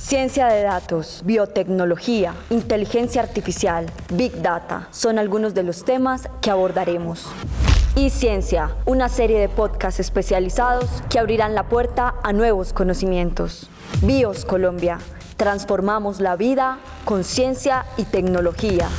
Ciencia de datos, biotecnología, inteligencia artificial, Big Data son algunos de los temas que abordaremos. Y Ciencia, una serie de podcasts especializados que abrirán la puerta a nuevos conocimientos. BIOS Colombia, transformamos la vida con ciencia y tecnología.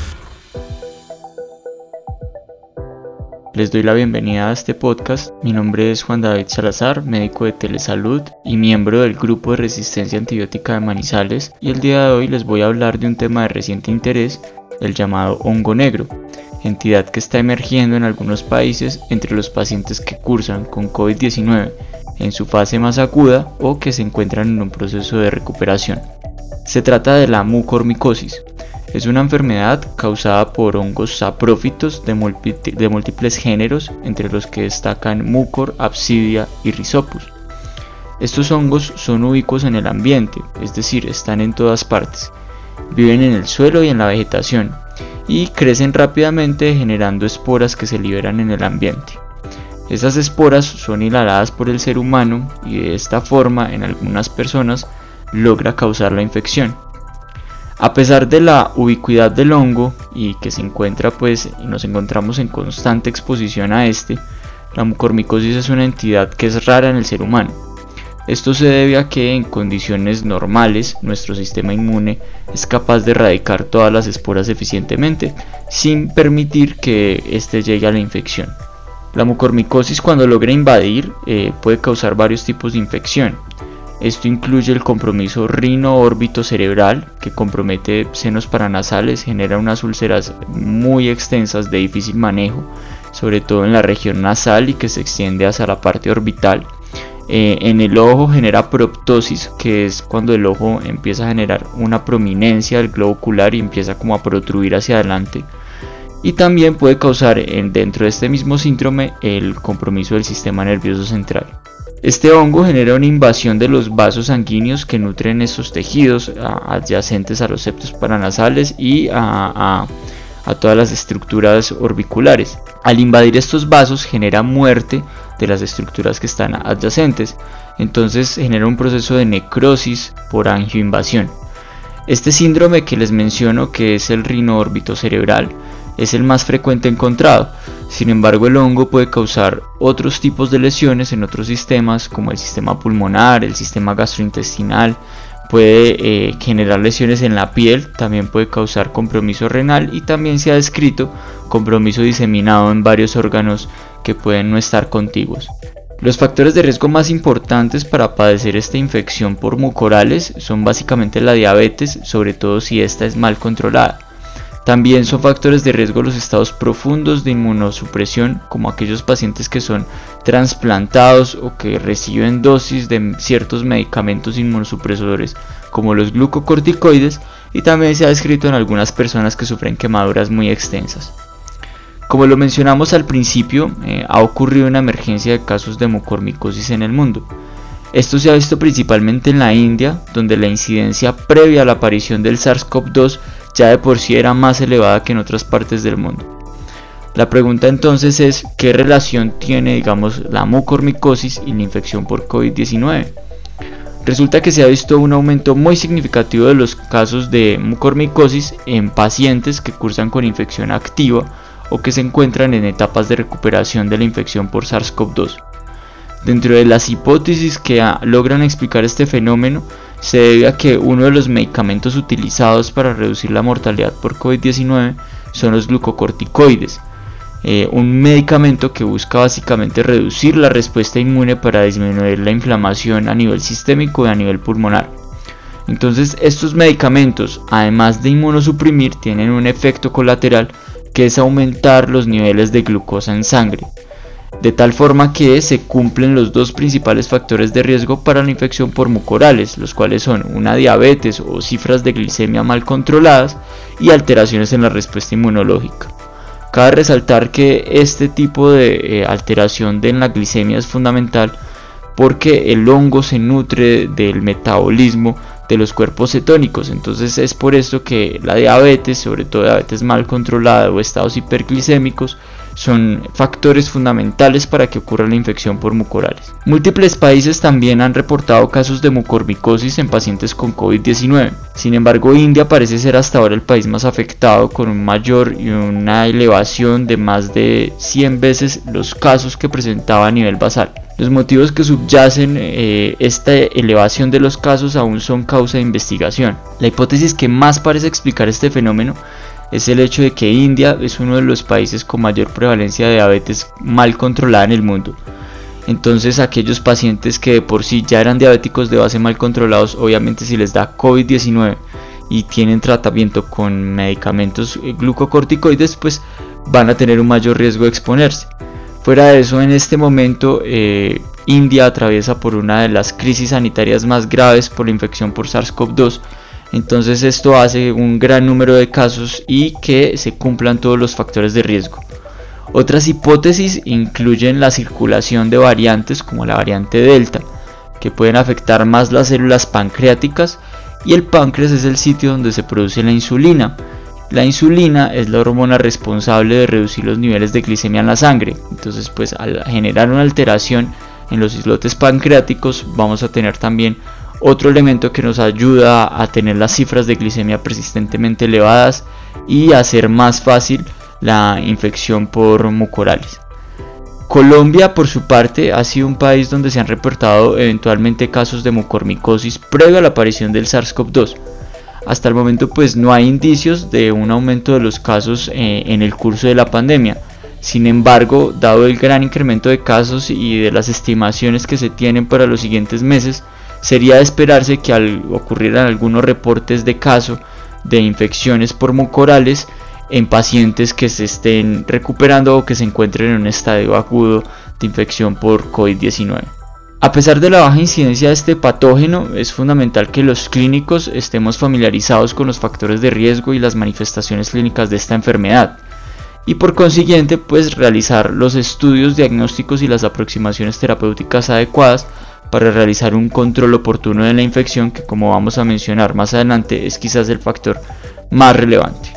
Les doy la bienvenida a este podcast. Mi nombre es Juan David Salazar, médico de Telesalud y miembro del Grupo de Resistencia Antibiótica de Manizales, y el día de hoy les voy a hablar de un tema de reciente interés, el llamado hongo negro, entidad que está emergiendo en algunos países entre los pacientes que cursan con COVID-19 en su fase más aguda o que se encuentran en un proceso de recuperación. Se trata de la mucormicosis. Es una enfermedad causada por hongos saprófitos de múltiples géneros, entre los que destacan Mucor, Absidia y Rhizopus. Estos hongos son ubicuos en el ambiente, es decir, están en todas partes. Viven en el suelo y en la vegetación, y crecen rápidamente generando esporas que se liberan en el ambiente. Esas esporas son inhaladas por el ser humano y de esta forma, en algunas personas, logra causar la infección. A pesar de la ubicuidad del hongo y que nos encontramos en constante exposición a la mucormicosis es una entidad que es rara en el ser humano. Esto se debe a que en condiciones normales nuestro sistema inmune es capaz de erradicar todas las esporas eficientemente sin permitir que éste llegue a la infección. La mucormicosis, cuando logra invadir, puede causar varios tipos de infección. Esto incluye el compromiso rino-órbito-cerebral, que compromete senos paranasales, genera unas úlceras muy extensas de difícil manejo, sobre todo en la región nasal y que se extiende hacia la parte orbital. En el ojo genera proptosis, que es cuando el ojo empieza a generar una prominencia del globo ocular y empieza como a protruir hacia adelante. Y también puede causar dentro de este mismo síndrome el compromiso del sistema nervioso central. Este hongo genera una invasión de los vasos sanguíneos que nutren estos tejidos adyacentes a los septos paranasales y a todas las estructuras orbiculares. Al invadir estos vasos genera muerte de las estructuras que están adyacentes, entonces genera un proceso de necrosis por angioinvasión. Este síndrome que les menciono, que es el rino-órbito cerebral, es el más frecuente encontrado. Sin embargo, el hongo puede causar otros tipos de lesiones en otros sistemas, como el sistema pulmonar, el sistema gastrointestinal, puede generar lesiones en la piel, también puede causar compromiso renal y también se ha descrito compromiso diseminado en varios órganos que pueden no estar contiguos. Los factores de riesgo más importantes para padecer esta infección por mucorales son básicamente la diabetes, sobre todo si esta es mal controlada. También son factores de riesgo los estados profundos de inmunosupresión, como aquellos pacientes que son trasplantados o que reciben dosis de ciertos medicamentos inmunosupresores, como los glucocorticoides, y también se ha descrito en algunas personas que sufren quemaduras muy extensas. Como lo mencionamos al principio, ha ocurrido una emergencia de casos de mucormicosis en el mundo. Esto se ha visto principalmente en la India, donde la incidencia previa a la aparición del SARS-CoV-2 ya de por sí era más elevada que en otras partes del mundo. La pregunta entonces es, ¿qué relación tiene, la mucormicosis y la infección por COVID-19? Resulta que se ha visto un aumento muy significativo de los casos de mucormicosis en pacientes que cursan con infección activa o que se encuentran en etapas de recuperación de la infección por SARS-CoV-2. Dentro de las hipótesis que logran explicar este fenómeno, se debe a que uno de los medicamentos utilizados para reducir la mortalidad por COVID-19 son los glucocorticoides, un medicamento que busca básicamente reducir la respuesta inmune para disminuir la inflamación a nivel sistémico y a nivel pulmonar. Entonces, estos medicamentos, además de inmunosuprimir, tienen un efecto colateral que es aumentar los niveles de glucosa en sangre, de tal forma que se cumplen los dos principales factores de riesgo para la infección por mucorales, los cuales son una diabetes o cifras de glicemia mal controladas y alteraciones en la respuesta inmunológica. Cabe resaltar que este tipo de alteración en la glicemia es fundamental porque el hongo se nutre del metabolismo de los cuerpos cetónicos, entonces es por esto que la diabetes, sobre todo diabetes mal controlada o estados hiperglicémicos, son factores fundamentales para que ocurra la infección por mucorales. Múltiples países también han reportado casos de mucormicosis en pacientes con COVID-19. Sin embargo, India parece ser hasta ahora el país más afectado, con un mayor y una elevación de más de 100 veces los casos que presentaba a nivel basal. Los motivos que subyacen esta elevación de los casos aún son causa de investigación. La hipótesis que más parece explicar este fenómeno es el hecho de que India es uno de los países con mayor prevalencia de diabetes mal controlada en el mundo. Entonces, aquellos pacientes que de por sí ya eran diabéticos de base mal controlados, obviamente si les da COVID-19 y tienen tratamiento con medicamentos glucocorticoides, pues van a tener un mayor riesgo de exponerse. Fuera de eso, en este momento India atraviesa por una de las crisis sanitarias más graves por la infección por SARS-CoV-2. Entonces esto hace un gran número de casos y que se cumplan todos los factores de riesgo. Otras hipótesis incluyen la circulación de variantes como la variante Delta, que pueden afectar más las células pancreáticas, y el páncreas es el sitio donde se produce la insulina. La insulina es la hormona responsable de reducir los niveles de glicemia en la sangre. Entonces, pues al generar una alteración en los islotes pancreáticos, vamos a tener también otro elemento que nos ayuda a tener las cifras de glicemia persistentemente elevadas y hacer más fácil la infección por mucorales. Colombia, por su parte, ha sido un país donde se han reportado eventualmente casos de mucormicosis previo a la aparición del SARS-CoV-2. Hasta el momento pues no hay indicios de un aumento de los casos en el curso de la pandemia. Sin embargo, dado el gran incremento de casos y de las estimaciones que se tienen para los siguientes meses, sería de esperarse que al ocurrieran algunos reportes de caso de infecciones por mucorales en pacientes que se estén recuperando o que se encuentren en un estadio agudo de infección por COVID-19. A pesar de la baja incidencia de este patógeno, es fundamental que los clínicos estemos familiarizados con los factores de riesgo y las manifestaciones clínicas de esta enfermedad, y por consiguiente pues realizar los estudios diagnósticos y las aproximaciones terapéuticas adecuadas para realizar un control oportuno de la infección, que, como vamos a mencionar más adelante, es quizás el factor más relevante.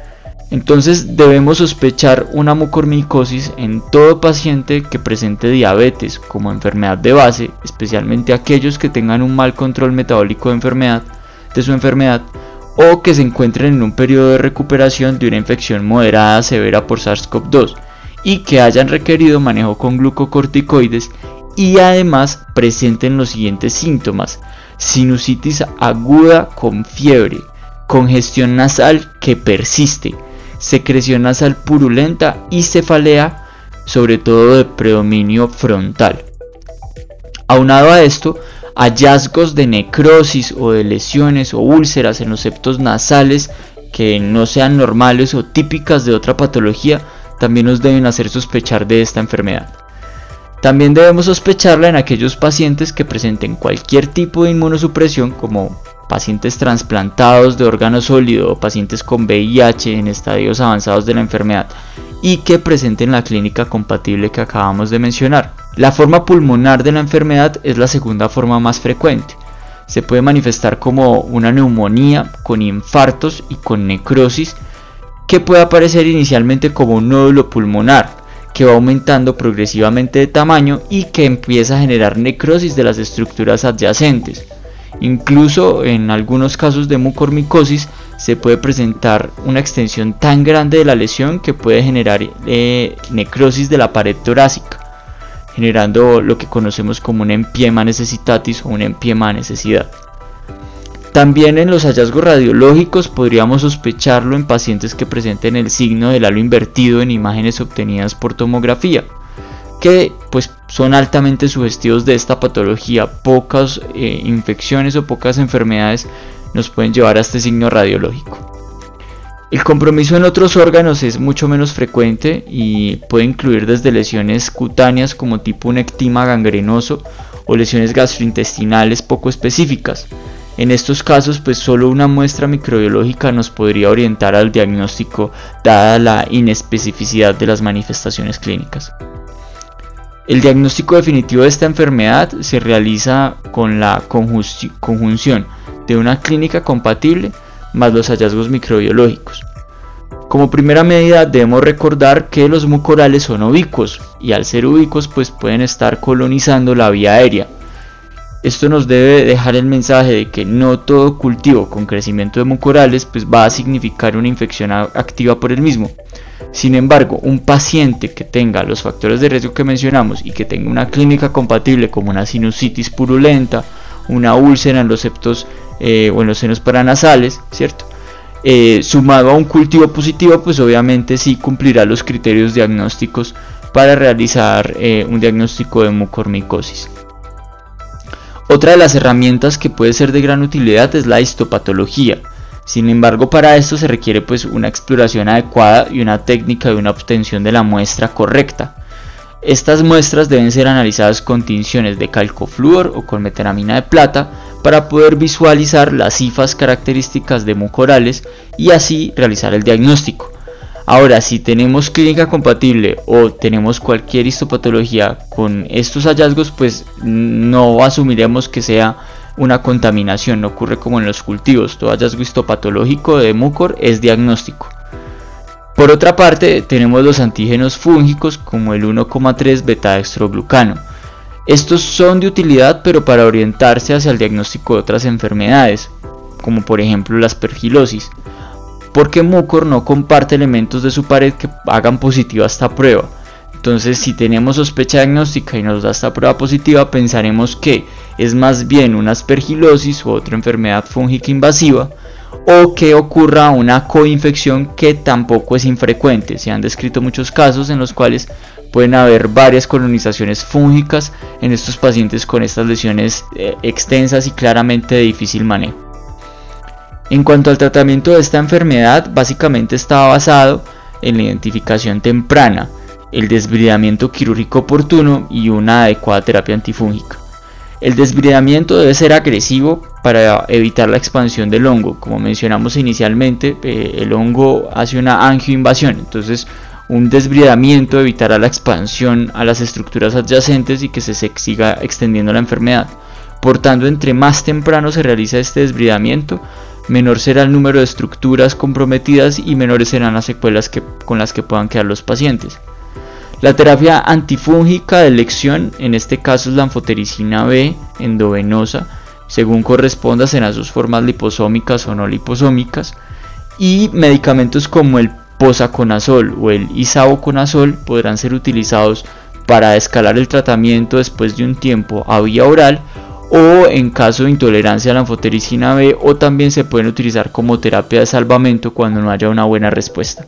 Entonces debemos sospechar una mucormicosis en todo paciente que presente diabetes como enfermedad de base, especialmente aquellos que tengan un mal control metabólico de su enfermedad, o que se encuentren en un periodo de recuperación de una infección moderada severa por SARS-CoV-2 y que hayan requerido manejo con glucocorticoides, y además presenten los siguientes síntomas: sinusitis aguda con fiebre, congestión nasal que persiste, secreción nasal purulenta y cefalea, sobre todo de predominio frontal. Aunado a esto, hallazgos de necrosis o de lesiones o úlceras en los septos nasales que no sean normales o típicas de otra patología también nos deben hacer sospechar de esta enfermedad. También debemos sospecharla en aquellos pacientes que presenten cualquier tipo de inmunosupresión, como pacientes trasplantados de órgano sólido o pacientes con VIH en estadios avanzados de la enfermedad y que presenten la clínica compatible que acabamos de mencionar. La forma pulmonar de la enfermedad es la segunda forma más frecuente. Se puede manifestar como una neumonía con infartos y con necrosis, que puede aparecer inicialmente como un nódulo pulmonar que va aumentando progresivamente de tamaño y que empieza a generar necrosis de las estructuras adyacentes. Incluso en algunos casos de mucormicosis se puede presentar una extensión tan grande de la lesión que puede generar necrosis de la pared torácica, generando lo que conocemos como un empiema necesitatis o un empiema de necesidad. También en los hallazgos radiológicos podríamos sospecharlo en pacientes que presenten el signo del halo invertido en imágenes obtenidas por tomografía, que pues son altamente sugestivos de esta patología. Pocas infecciones o pocas enfermedades nos pueden llevar a este signo radiológico. El compromiso en otros órganos es mucho menos frecuente y puede incluir desde lesiones cutáneas como tipo un ectima gangrenoso o lesiones gastrointestinales poco específicas. En estos casos, pues solo una muestra microbiológica nos podría orientar al diagnóstico, dada la inespecificidad de las manifestaciones clínicas. El diagnóstico definitivo de esta enfermedad se realiza con la conjunción de una clínica compatible más los hallazgos microbiológicos. Como primera medida debemos recordar que los mucorales son ubicuos y al ser ubicuos pues pueden estar colonizando la vía aérea. Esto nos debe dejar el mensaje de que no todo cultivo con crecimiento de mucorales pues va a significar una infección activa por el mismo. Sin embargo, un paciente que tenga los factores de riesgo que mencionamos y que tenga una clínica compatible como una sinusitis purulenta, una úlcera en los septos o en los senos paranasales, ¿cierto? Sumado a un cultivo positivo, pues obviamente sí cumplirá los criterios diagnósticos para realizar un diagnóstico de mucormicosis. Otra de las herramientas que puede ser de gran utilidad es la histopatología. Sin embargo, para esto se requiere pues una exploración adecuada y una técnica de una obtención de la muestra correcta. Estas muestras deben ser analizadas con tinciones de calcoflúor o con meteramina de plata para poder visualizar las cifras características de mucorales y así realizar el diagnóstico. Ahora, si tenemos clínica compatible o tenemos cualquier histopatología con estos hallazgos, pues no asumiremos que sea una contaminación, no ocurre como en los cultivos, todo hallazgo histopatológico de mucor es diagnóstico. Por otra parte, tenemos los antígenos fúngicos como el 1,3 beta-dextroglucano. Estos son de utilidad pero para orientarse hacia el diagnóstico de otras enfermedades, como por ejemplo la aspergilosis, porque mucor no comparte elementos de su pared que hagan positiva esta prueba. Entonces, si tenemos sospecha diagnóstica y nos da esta prueba positiva, pensaremos que es más bien una aspergilosis u otra enfermedad fúngica invasiva, o que ocurra una coinfección que tampoco es infrecuente. Se han descrito muchos casos en los cuales pueden haber varias colonizaciones fúngicas en estos pacientes con estas lesiones extensas y claramente de difícil manejo. En cuanto al tratamiento de esta enfermedad, básicamente está basado en la identificación temprana, el desbridamiento quirúrgico oportuno y una adecuada terapia antifúngica. El desbridamiento debe ser agresivo para evitar la expansión del hongo. Como mencionamos inicialmente, el hongo hace una angioinvasión, entonces un desbridamiento evitará la expansión a las estructuras adyacentes y que se siga extendiendo la enfermedad. Por tanto, entre más temprano se realiza este desbridamiento, menor será el número de estructuras comprometidas y menores serán las secuelas con las que puedan quedar los pacientes. La terapia antifúngica de elección, en este caso es la anfotericina B endovenosa, según corresponda serán sus formas liposómicas o no liposómicas, y medicamentos como el posaconazol o el isavuconazol podrán ser utilizados para escalar el tratamiento después de un tiempo a vía oral o en caso de intolerancia a la anfotericina B, o también se pueden utilizar como terapia de salvamento cuando no haya una buena respuesta.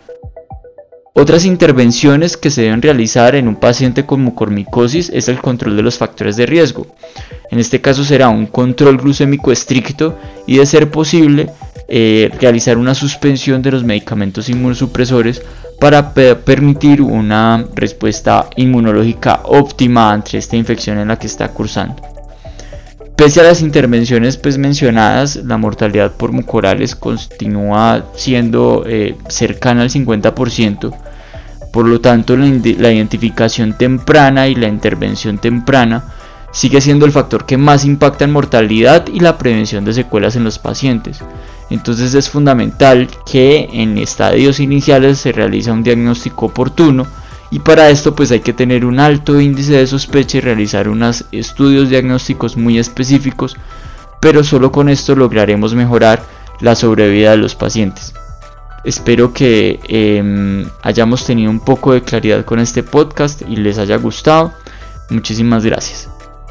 Otras intervenciones que se deben realizar en un paciente con mucormicosis es el control de los factores de riesgo. En este caso será un control glucémico estricto y, de ser posible, realizar una suspensión de los medicamentos inmunosupresores para permitir una respuesta inmunológica óptima ante esta infección en la que está cursando. Pese a las intervenciones mencionadas, la mortalidad por mucorales continúa siendo cercana al 50%. Por lo tanto, la identificación temprana y la intervención temprana sigue siendo el factor que más impacta en mortalidad y la prevención de secuelas en los pacientes. Entonces es fundamental que en estadios iniciales se realice un diagnóstico oportuno, y para esto hay que tener un alto índice de sospecha y realizar unos estudios diagnósticos muy específicos, pero solo con esto lograremos mejorar la sobrevida de los pacientes. Espero que hayamos tenido un poco de claridad con este podcast y les haya gustado. Muchísimas gracias.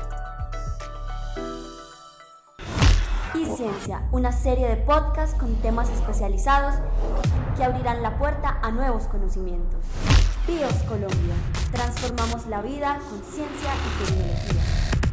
Y Ciencia, una serie de podcasts con temas especializados que abrirán la puerta a nuevos conocimientos. BIOS Colombia, transformamos la vida con ciencia y tecnología.